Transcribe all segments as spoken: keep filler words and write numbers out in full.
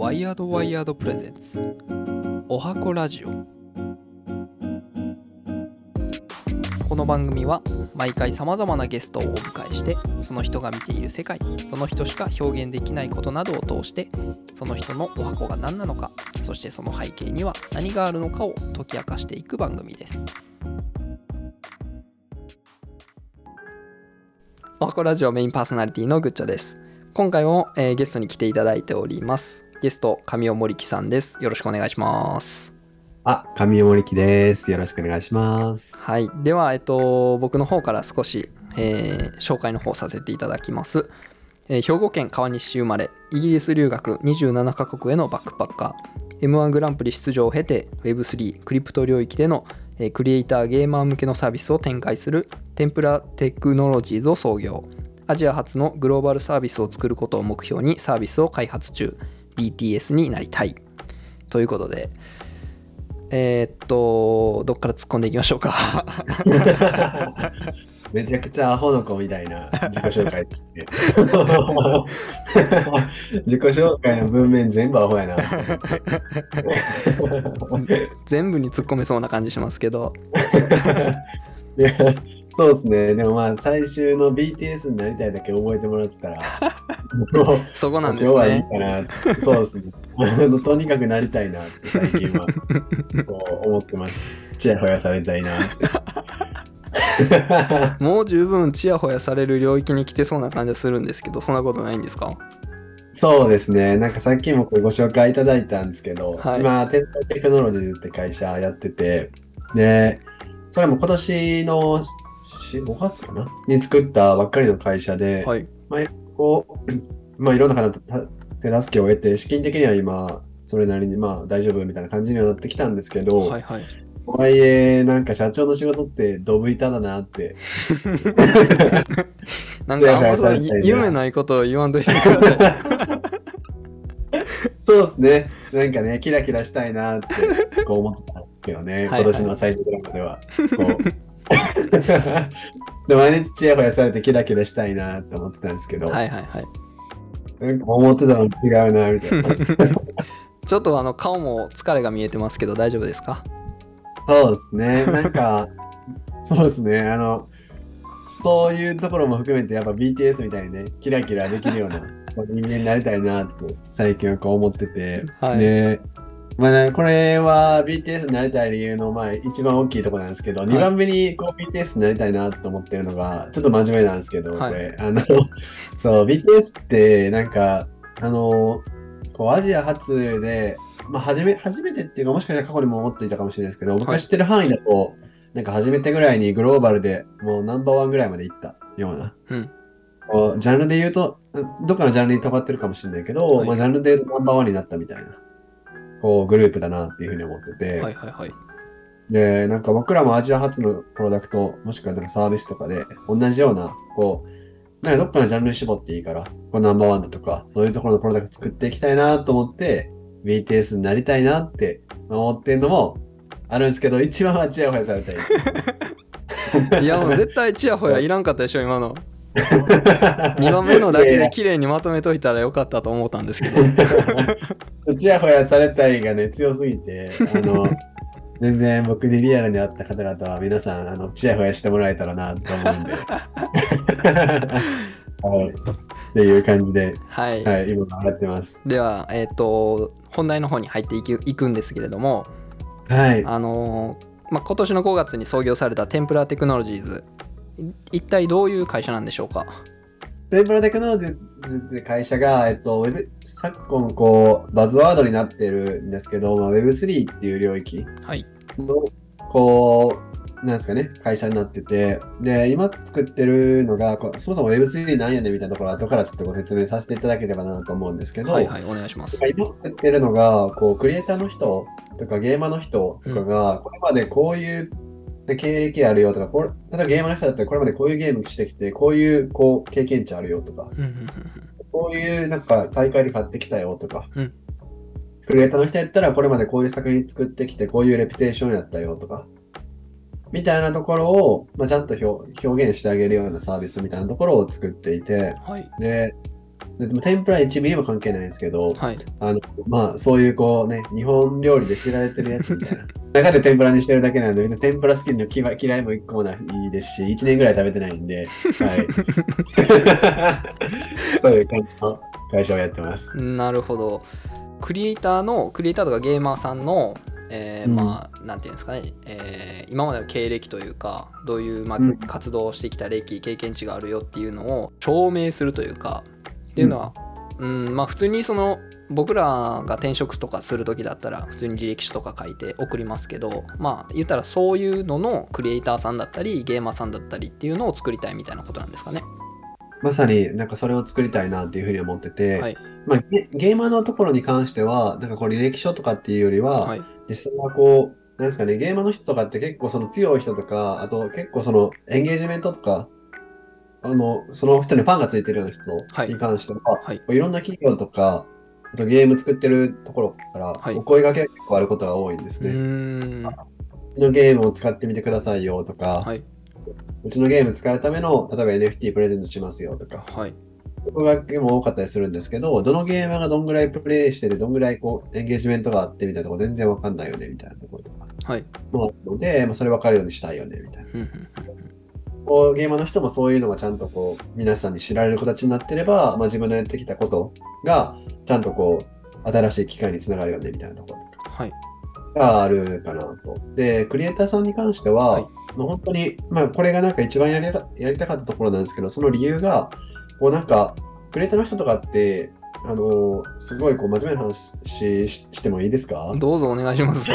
ワイヤードワイヤードプレゼンツおはこラジオ。この番組は毎回さまざまなゲストをお迎えして、その人が見ている世界、その人しか表現できないことなどを通して、その人のおはこが何なのか、そしてその背景には何があるのかを解き明かしていく番組です。おはこラジオメインパーソナリティのグッチョです。今回も、えー、ゲストに来ていただいております。ゲスト神尾森木さんです。よろしくお願いします。 あ、神尾森木です。よろしくお願いします。 はい、では、えっと、僕の方から少し、えー、紹介の方させていただきます。えー、兵庫県川西市生まれ、イギリス留学にじゅうななカ国へのバックパッカー、エムワン グランプリ出場を経て ウェブスリー クリプト領域での、えー、クリエイターゲーマー向けのサービスを展開するテンプラテクノロジーズを創業。アジア初のグローバルサービスを作ることを目標にサービスを開発中。 ビーティーエス になりたいということで、えー、っとどっから突っ込んでいきましょうか。 めちゃくちゃアホの子みたいな自己紹介ですね。自己紹介の文面全部アホやな。 全部に突っ込めそうな感じしますけど。 いや、そうですね。でもまあ最終の ビーティーエス になりたいだけ覚えてもらってたらもうそこなんですね。 今日はいいかな。そうですね。とにかくなりたいなって最近はこう思ってます。ちやほやされたいなって。 もう十分ちやほやされる領域に来てそうな感じがするんですけど、そんなことないんですか？ そうですね。なんかさっきもご紹介いただいたんですけど、 はい、 今、テンポテクノロジーって会社やってて、で、それも今年のごがつかなに作ったばっかりの会社で、 はい、 まあ、こう、まあ、いろんな方の手助けを得て、資金的には今、それなりにまあ大丈夫みたいな感じにはなってきたんですけど、 はいはい。 とはいえ、なんか社長の仕事ってドブ板だなって。 なんかあんまそう夢ないことを言わんといてください。 そうですね。なんかね、キラキラしたいなってこう思ってたんですけどね、はいはい、今年の最初ドラマでは。こうで毎日チヤホヤされてキラキラしたいなって思ってたんですけど、 はいはいはい。 なんか思ってたの違うなみたいな。 ちょっとあの顔も疲れが見えてますけど大丈夫ですか？ そうですね。なんか、そうですね。あの、そういうところも含めて、やっぱ ビーティーエス みたいにね、キラキラできるような人間になりたいなって最近はこう思ってて。はい、で、まあね、これは ビーティーエス になりたい理由のまあ一番大きいところなんですけど、はい、にばんめにこう ビーティーエス になりたいなと思ってるのが、ちょっと真面目なんですけど、はい、これ、あの、そう、ビーティーエス ってなんか、あの、こうアジア初で、まあ、初め、初めてっていうか、もしかしたら過去にも思っていたかもしれないですけど、僕が知ってる範囲だと、はい、なんか初めてぐらいにグローバルでもうナンバーワンぐらいまで行ったような、うん、こうジャンルで言うと、どっかのジャンルに尖ってるかもしれないけど、はい、まあ、ジャンルでナンバーワンになったみたいな、こうグループだなっていうふうに思ってて、はいはいはい、で、なんか僕らもアジア初のプロダクト、もしくはなんかサービスとかで、同じような、こう、なんかどっかのジャンルに絞っていいから、こうナンバーワンだとか、そういうところのプロダクト作っていきたいなと思って、ビーティーエス になりたいなって思ってんのもあるんですけど、一番はチヤホヤされたい。 いやもう絶対チヤホヤいらんかったでしょ今の。にばんめのだけで綺麗にまとめといたらよかったと思ったんですけど。 チヤホヤされたいがね強すぎて、あの全然僕にリアルに会った方々は皆さんあのチヤホヤしてもらえたらなと思うんで。はい、っていう感じで、はい、はい、今笑ってます。 では、えーと、本題の方に入っていく、いくんですけれども、 はい、 あのーまあ、今年のごがつに創業されたテンプラテクノロジーズ、一体どういう会社なんでしょうか？ テンプラテクノロジーズって会社が、えっと、ウェブ昨今こうバズワードになってるんですけど、まあ、ウェブスリー っていう領域の、はい、こうなんですかね、会社になってて、で、今作ってるのが、そもそも ウェブスリー なんやねんみたいなところ、後からちょっとご説明させていただければなと思うんですけど、 はいはい、お願いします。 今作ってるのが、こう、クリエイターの人とかゲーマーの人とかが、これまでこういう経歴あるよとか、これ例えばゲーマーの人だったらこれまでこういうゲームしてきて、こういうこう経験値あるよとか、こういうなんか大会で買ってきたよとか、うん、クリエイターの人やったらこれまでこういう作品作ってきて、こういうレピュテーションやったよとか、みたいなところを、まあ、ちゃんと表、表現してあげるようなサービスみたいなところを作っていて、はい、で、 でも天ぷらいちミリも関係ないんですけど、 はい。 あの、まあ、そういうこうね、日本料理で知られてるやつみたいな。中で天ぷらにしてるだけなんで、別に天ぷら好きの嫌い嫌いも一個もないですし、いちねんぐらい食べてないんで、はい。そういう感じの会社をやってます。 なるほど。クリエイターの、クリエイターとかゲーマーさんの、えーうんまあ、なんていうんですかね、えー今までの経歴というか、どういう、まあうん活動をしてきた歴、経験値があるよっていうのを証明するというか、っていうのは、うんまあ、普通にその僕らが転職とかする時だったら普通に履歴書とか書いて送りますけど、まあ言ったらそういうののクリエイターさんだったりゲーマーさんだったりっていうのを作りたいみたいなことなんですかね。 まさになんかそれを作りたいなっていうふうに思ってて、 はいまあ、ゲ、ゲーマーのところに関しては、なんかこう履歴書とかっていうよりは、 はい実際はこう、なんですかね、ゲーマーの人とかって結構その強い人とか、あと結構そのエンゲージメントとか、あの、その人にファンがついてるようなはい人に関しては、 はいいろんな企業とか、あとゲーム作ってるところからはい。 お声掛けが結構あることが多いんでうーすね。 んうちのゲームを使ってみてくださいよとか、 はいうちのゲーム使うための、例えば エヌエフティー プレゼントしますよとか、 はいここが結構多かったりするんですけど、どのゲーマーがどんぐらいプレイしてて、どんぐらいこうエンゲージメントがあってみたいなところ全然わかんないよねみたいなところとかはいもあるので、まあ、それ分かるようにしたいよねみたいな。 ふんふんこうゲーマーの人もそういうのがちゃんとこう皆さんに知られる形になってれば、まあ、自分のやってきたことがちゃんとこう新しい機会につながるよねみたいなところとかはいがあるかなと。で、クリエイターさんに関しては、 はいもう本当に、まあ、これがなんか一番やりたやりたかったところなんですけど、その理由が、こうなんか、クリエイターの人とかって、あのすごいこう真面目な話しししてもいいですか？ どうぞお願いします。 そ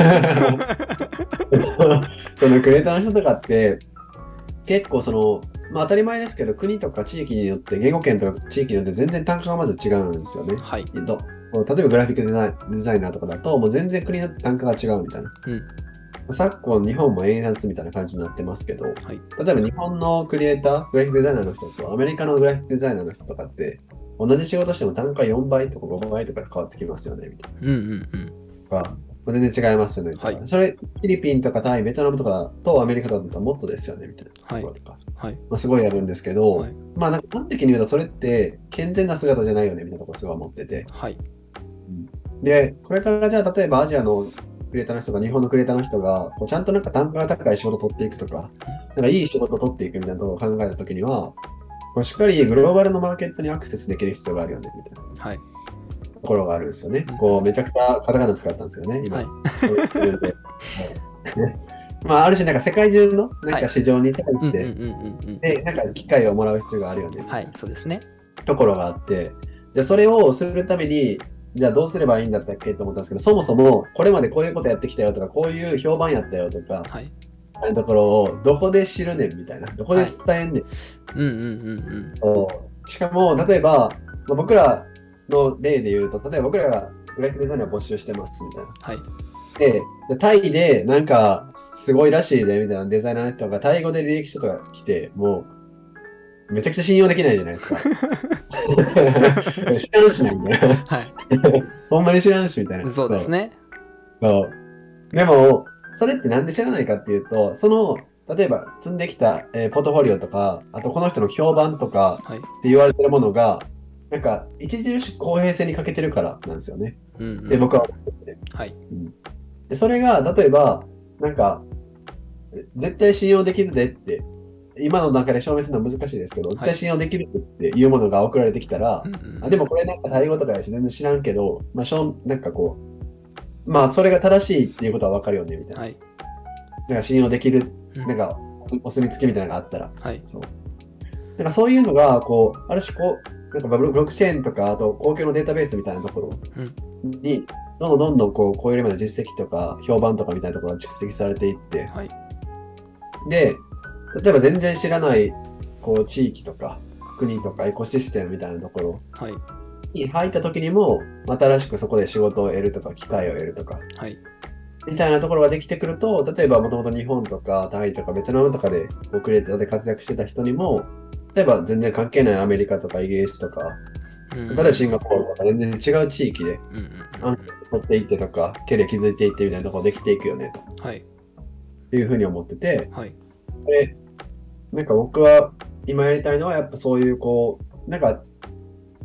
のクリエイターの人とかって、結構その、まあ、当たり前ですけど、国とか地域によって、言語圏とか地域によって全然単価がまず違うんですよね。 はいど例えばグラフィックデザインデザイナーとかだと、もう全然国によって単価が違うみたいな。 うん昨今、日本も円安みたいな感じになってますけど、 はい例えば日本のクリエイター、グラフィックデザイナーの人とアメリカのグラフィックデザイナーの人とかって、同じ仕事しても単価よんばいとかごばいとか変わってきますよね、みたいうんうんうんな。まあ全然違いますよね。 はいそれ、フィリピンとかタイ、ベトナムとかとアメリカとかだったらもっとですよね、みたいなところとか。 はいまあ、すごいやるんですけど、 はいまあ、なんか端的に言うと、それって健全な姿じゃないよね、みたいなところすごい思ってて。 はいで、これからじゃあ、例えばアジアのクリエイターの人が、日本のクリエイターの人が、こうちゃんとなんか単価が高い仕事を取っていくとか、なんかいい仕事を取っていくみたいなところを考えたときには、こうしっかりグローバルのマーケットにアクセスできる必要があるよね、みたいなはいところがあるんですよねうん。 こう、めちゃくちゃカタカナ使ったんですよね、今。 はいそういうのではいまあ、ある種、なんか世界中のなんか市場に対して、 うんうんうんうんうんで、なんか機会をもらう必要があるよね、みたはいいそうですね。 なところがあって、じゃあそれをするために、じゃあどうすればいいんだったっけと思ったんですけど、そもそもこれまでこういうことやってきたよとか、こういう評判やったよとか、 はいあのところをどこで知るねんみたいな、どこで伝えんねん。 うんうんうんそうしかも、例えば、まあ僕らの例で言うと、例えば僕らがグラフィックデザイナーを募集してますみたいな。 はいで、でタイでなんかすごいらしいでみたいなデザイナーの人がタイ語で履歴書とか来て、もうめちゃくちゃ信用できないじゃないですか。知らんしなみたいな。 はいほんまに知らんしみたいな。 そうですね。 そう。そうでも、それってなんで知らないかっていうと、その、例えば積んできた、えーポートフォリオとか、あとこの人の評判とかはいって言われてるものが、なんか著しく公平性に欠けてるからなんですよね。 うんうんで、僕は思ってて。 はいでそれが、例えば、なんか、絶対信用できるでって、今の段階で証明するのは難しいですけど、絶対信用できるっていうものが送られてきたら、 うんうんあでもこれなんかタイ語とかやし全然知らんけど、まあ、しょんなんかこう、まあそれが正しいっていうことは分かるよねみたいな。 はいなんか信用できる、 うんなんかお墨付きみたいなのがあったら。 はいそう。なんかそういうのが、こう、ある種こう、なんかブロブロックチェーンとか、あと公共のデータベースみたいなところに、どんどんどんどんこう、こういうよりの実績とか、評判とかみたいなところが蓄積されていって、 はいで、例えば全然知らない、こう、地域とか、国とかエコシステムみたいなところはいに入った時にも、新しくそこで仕事を得るとか、機会を得るとか、 はいみたいなところができてくると、例えばもともと日本とかタイとかベトナムとかでこうクリエイターで活躍してた人にも、例えば全然関係ないアメリカとかイギリスとか、 うん例えばシンガポールとか全然違う地域でうんうんあの取っていってとか、キャリア築いていってみたいなところできていくよねとはいいうふうに思ってて、 はいで、なんか僕は今やりたいのはやっぱそういうこう、なんか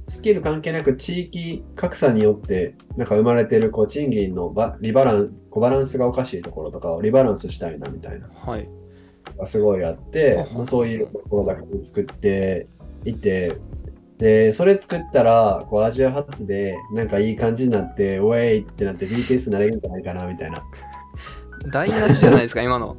スキル関係なく地域格差によってなんか生まれてるこう賃金のバリバランこうバランスがおかしいところとかをリバランスしたいなみたいなはい。 がすごいあって、 ははまあ、そういうプロダクトを作っていて、でそれ作ったらこうアジア発でなんかいい感じになってウェイってなって ビーティーエス になれるんじゃないかなみたいな。 台無しじゃないですか、今の。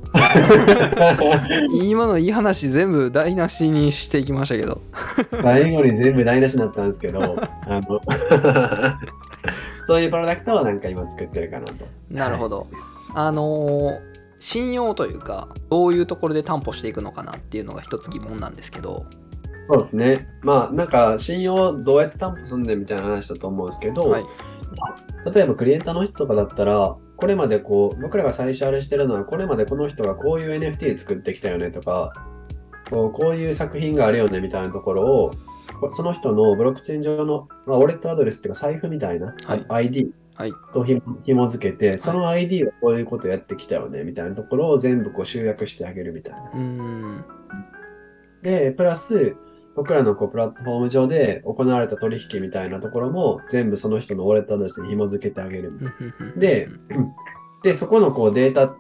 今のいい話全部台無しにしていきましたけど。 最後に全部台無しになったんですけど、あのそういうプロダクトをなんか今作ってるかなと。 なるほど。あのー信用というか、どういうところで担保していくのかなっていうのが一つ疑問なんですけど。 そうですね。まあなんか信用をどうやって担保すんねんみたいな話だと思うんですけど、 はい。 例えばクリエイターの人とかだったら、これまでこう、僕らが最初あれしてるのは、これまでこの人がこういう エヌエフティー 作ってきたよねとか、こうこういう作品があるよねみたいなところを、こその人のブロックチェーン上の、まあ、ウォレットアドレスっていうか財布みたいな、 はいアイディーはい。 とひも紐付けて、その アイディー はこういうことやってきたよねみたいなところを全部こう集約してあげるみたいな。 うーん。 で、プラス、僕らのこうプラットフォーム上で行われた取引みたいなところも全部その人のウォレットアドレスに紐付けてあげるみたいな。で、で、そこのこうデータって、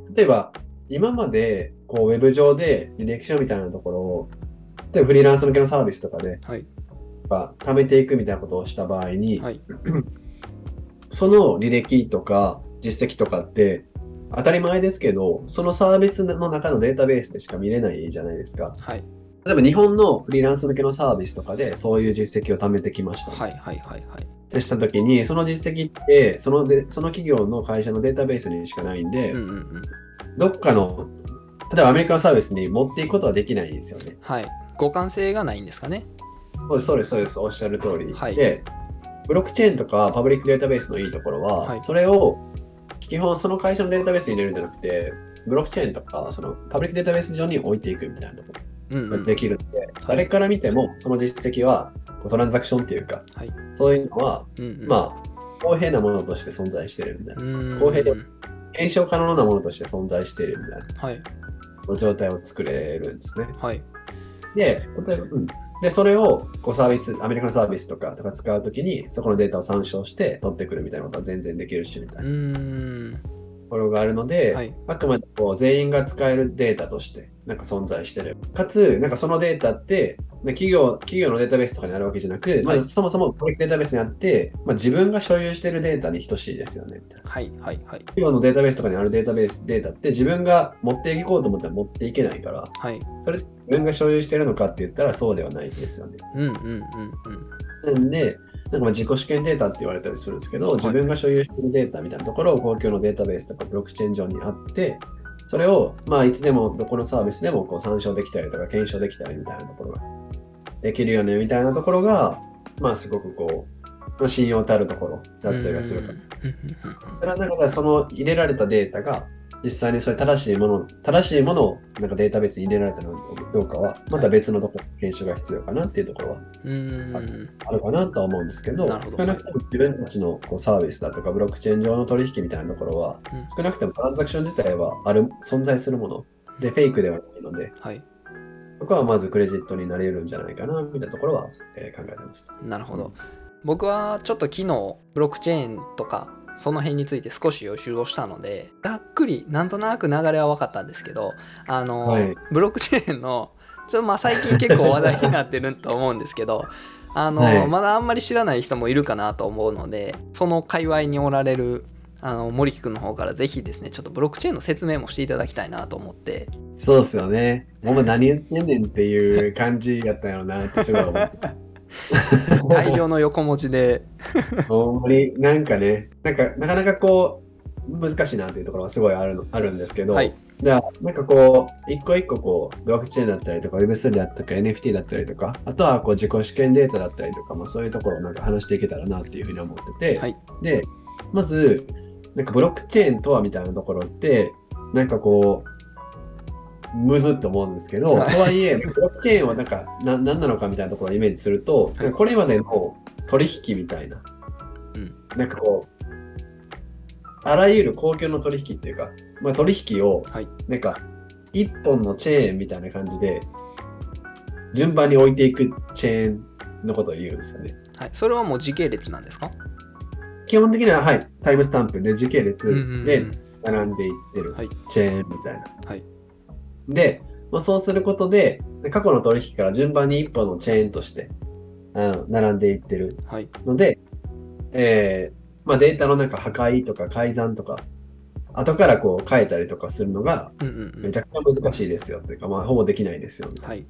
例えば今までこうウェブ上で履歴書みたいなところを、例えばフリーランス向けのサービスとかで、 はい。 まあ貯めていくみたいなことをした場合に、 はい。 その履歴とか実績とかって当たり前ですけど、そのサービスの中のデータベースでしか見れないじゃないですか。 はい。 例えば日本のフリーランス向けのサービスとかでそういう実績を貯めてきました。 はい。はい。はい。はい。 でしたときに、その実績ってそので、その企業の会社のデータベースにしかないんで、 うんうんうん。 どっかの、例えばアメリカのサービスに持っていくことはできないんですよね。 はい。互換性がないんですかね。 そうです、そうです、そうです、おっしゃる通り。 はいで、ブロックチェーンとかパブリックデータベースのいいところは、 はいそれを基本その会社のデータベースに入れるんじゃなくて、ブロックチェーンとかそのパブリックデータベース上に置いていくみたいなとこうんうん。 ろができるので、誰から見てもその実績はトランザクションっていうか、 はい。 そういうのは、 うんうん。 まあ、公平なものとして存在してるみたいな。 うーん。 公平で検証可能なものとして存在しているみたいはい。 な状態を作れるんですね。 はい。 で、例えば、うん。で、それをこうサービス、アメリカのサービスとかとか使うときに、そこのデータを参照して取ってくるみたいなことは全然できるし、みたいうなーん。 ところがあるので、 はい。 あくまでこう全員が使えるデータとしてなんか存在してる。かつ、なんかそのデータって、ね企業、企業のデータベースとかにあるわけじゃなく、まあ、そもそもプロジェクトデータベースにあって、まあ、自分が所有しているデータに等しいですよね、みたいな。 はい。はい。はい。 企業のデータベースとかにあるデータベース、データって自分が持っていこうと思ったら持っていけないから、 はい。 それ自分が所有しているのかって言ったらそうではないですよね。 うんうんうんうん。 なんで、なんかまあ自己主権データって言われたりするんですけど、自分が所有しているデータみたいなところを公共のデータベースとかブロックチェーン上にあって、それをまあいつでもどこのサービスでもこう参照できたりとか検証できたりみたいなところができるよねみたいなところが、まあすごくこう、まあ、信用たるところだったりはするから。それはなんかその入れられたデータが実際にそれ正しいもの、正しいものをなんかデータベースに入れられたのかどうかは、また別のところの検証が必要かなっていうところはうーん。 あるかなとは思うんですけど、 なるほど少なくとも自分たちのこうサービスだとかブロックチェーン上の取引みたいなところは、 うん少なくともトランザクション自体はある存在するもので、フェイクではないので、 はい。 そこはまずクレジットになり得るんじゃないかなみたいなところは、えー考えてます。 なるほど。僕はちょっと昨日ブロックチェーンとかその辺について少し予習をしたので、ざっくりなんとなく流れは分かったんですけど、あの、 はいブロックチェーンのちょっとまあ最近結構話題になってると思うんですけど、あの、 はいまだあんまり知らない人もいるかなと思うので、その界隈におられるあの森木君の方からぜひですね、ちょっとブロックチェーンの説明もしていただきたいなと思って。 そうですよね。もう何言ってんねんっていう感じやったんやろなってすごい思って。 大量の横文字でほんまになんかね、なんかなかなかこう難しいなっていうところがすごいあるのあるんですけど、 はいじゃあなんかこう一個一個こうブロックチェーンだったりとか ウェブスリー だったりとか エヌエフティー だったりとか、あとはこう自己主権データだったりとか、まあ、そういうところをなんか話していけたらなっていうふうに思ってて、 はいでまずなんかブロックチェーンとはみたいなところってなんかこうむずっと思うんですけど、 はいとはいえ、ブロックチェーンはなんかな何なのかみたいなところをイメージすると、 はいこれまでの取引みたいな、 うんなんかこう、あらゆる公共の取引っていうか、まあ、取引をはいなんか一本のチェーンみたいな感じで順番に置いていくチェーンのことを言うんですよね。 はい、それはもう時系列なんですか？ 基本的には、はい、タイムスタンプで時系うんうん列うんで並んでいってるはいチェーンみたいな。 はいで、まあ、そうすることで、過去の取引から順番に一本のチェーンとして、あの並んでいってるはいので、えーまあ、データのなんか破壊とか改ざんとか、後からこう変えたりとかするのがうんうんうんめちゃくちゃ難しいですよというか、まあ、ほぼできないですよみたはいい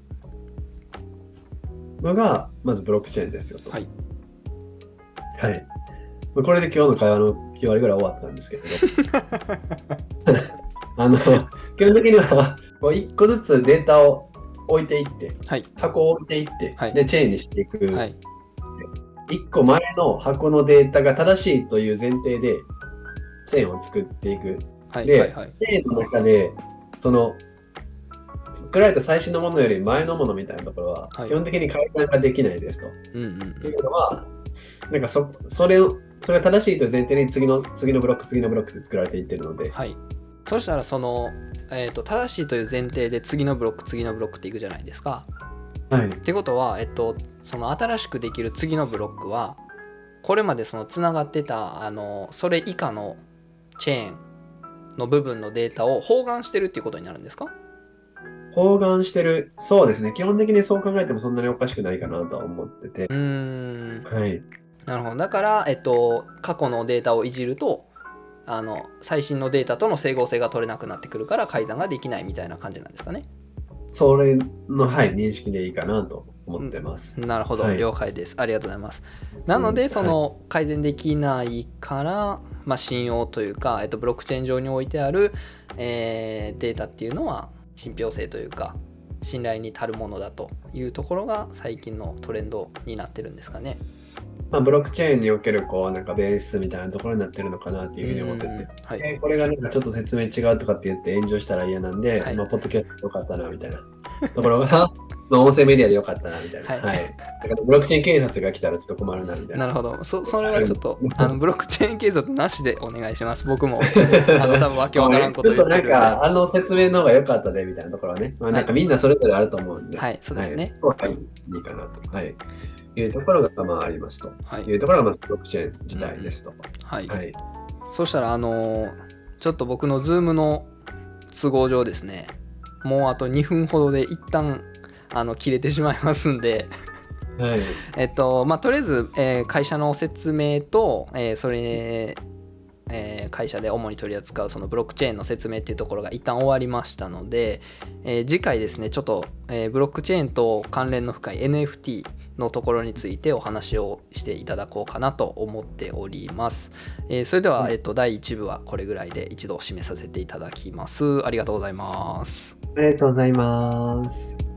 なのが、まずブロックチェーンですよと。 はいはい。まあこれで今日の会話のきゅう割ぐらい終わったんですけれど、あの、基本的には、こういっこずつデータを置いていって、 はい箱を置いていって、 はいで、チェーンにしていく。 はいいっこまえの箱のデータが正しいという前提で、チェーンを作っていく。で、 はいはいはいチェーンの中で、その、作られた最新のものより前のものみたいなところは、 はい基本的に改ざんができないですと。 うんうんっていうのは、なんかそそれを、それが正しいという前提に次の次のブロック、次のブロックで作られていってるので、 はい。そしたらその、えーと、正しいという前提で次のブロック次のブロックっていくじゃないですか。 はい。 ってことは、えっと、その新しくできる次のブロックはこれまでそのつながってたあのそれ以下のチェーンの部分のデータを包含してるっていうことになるんですか？ 包含してる。そうですね。基本的にそう考えてもそんなにおかしくないかなとは思ってて。 うーんはい。 なるほど。だから、えっと、過去のデータをいじるとあの最新のデータとの整合性が取れなくなってくるから改ざんができないみたいな感じなんですかね。 それの、はい、認識でいいかなと思ってます。 なるほど、 はい了解です。ありがとうございます。なので、 うんその改善できないから、まあ、信用というか、えっと、ブロックチェーン上に置いてある、えーデータっていうのは信憑性というか信頼に足るものだというところが最近のトレンドになってるんですかね。 まあ、ブロックチェーンにおけるこうなんかベースみたいなところになってるのかなっていうふうに思ってて、 うんはいでこれがなんかちょっと説明違うとかって言って炎上したら嫌なんで、 はいまあ、ポッドキャストよかったなみたいなところが、まあ音声メディアでよかったなみたいな。 はいはい。だからブロックチェーン警察が来たらちょっと困るなみたいな。 なるほど。そ, それはちょっとあのブロックチェーン警察なしでお願いします。僕もあの多分わけわからんこと言ってるんで。 ちょっとなんかあの説明の方が良かったでみたいなところはね、まあ、なんかみんなそれぞれあると思うんで、 はい、そうですね。 はい、はい、いいかなと。はい。いうところがまあありますと。 はいいうところがまずブロックチェーン自体ですと。 はい。 はい。 そしたらあのーちょっと僕の Zoom の都合上ですね、もうあとにふんほどで一旦あの切れてしまいますんではい。 えっとまあとりあえず、えー会社の説明と、えーそれ、えー会社で主に取り扱うそのブロックチェーンの説明っていうところが一旦終わりましたので、えー次回ですねちょっと、えーブロックチェーンと関連の深い エヌエフティー のところについてお話をしていただこうかなと思っております。えーそれでは、えっとだいいち部はこれぐらいで一度締めさせていただきます。ありがとうございます。 ありがとうございます。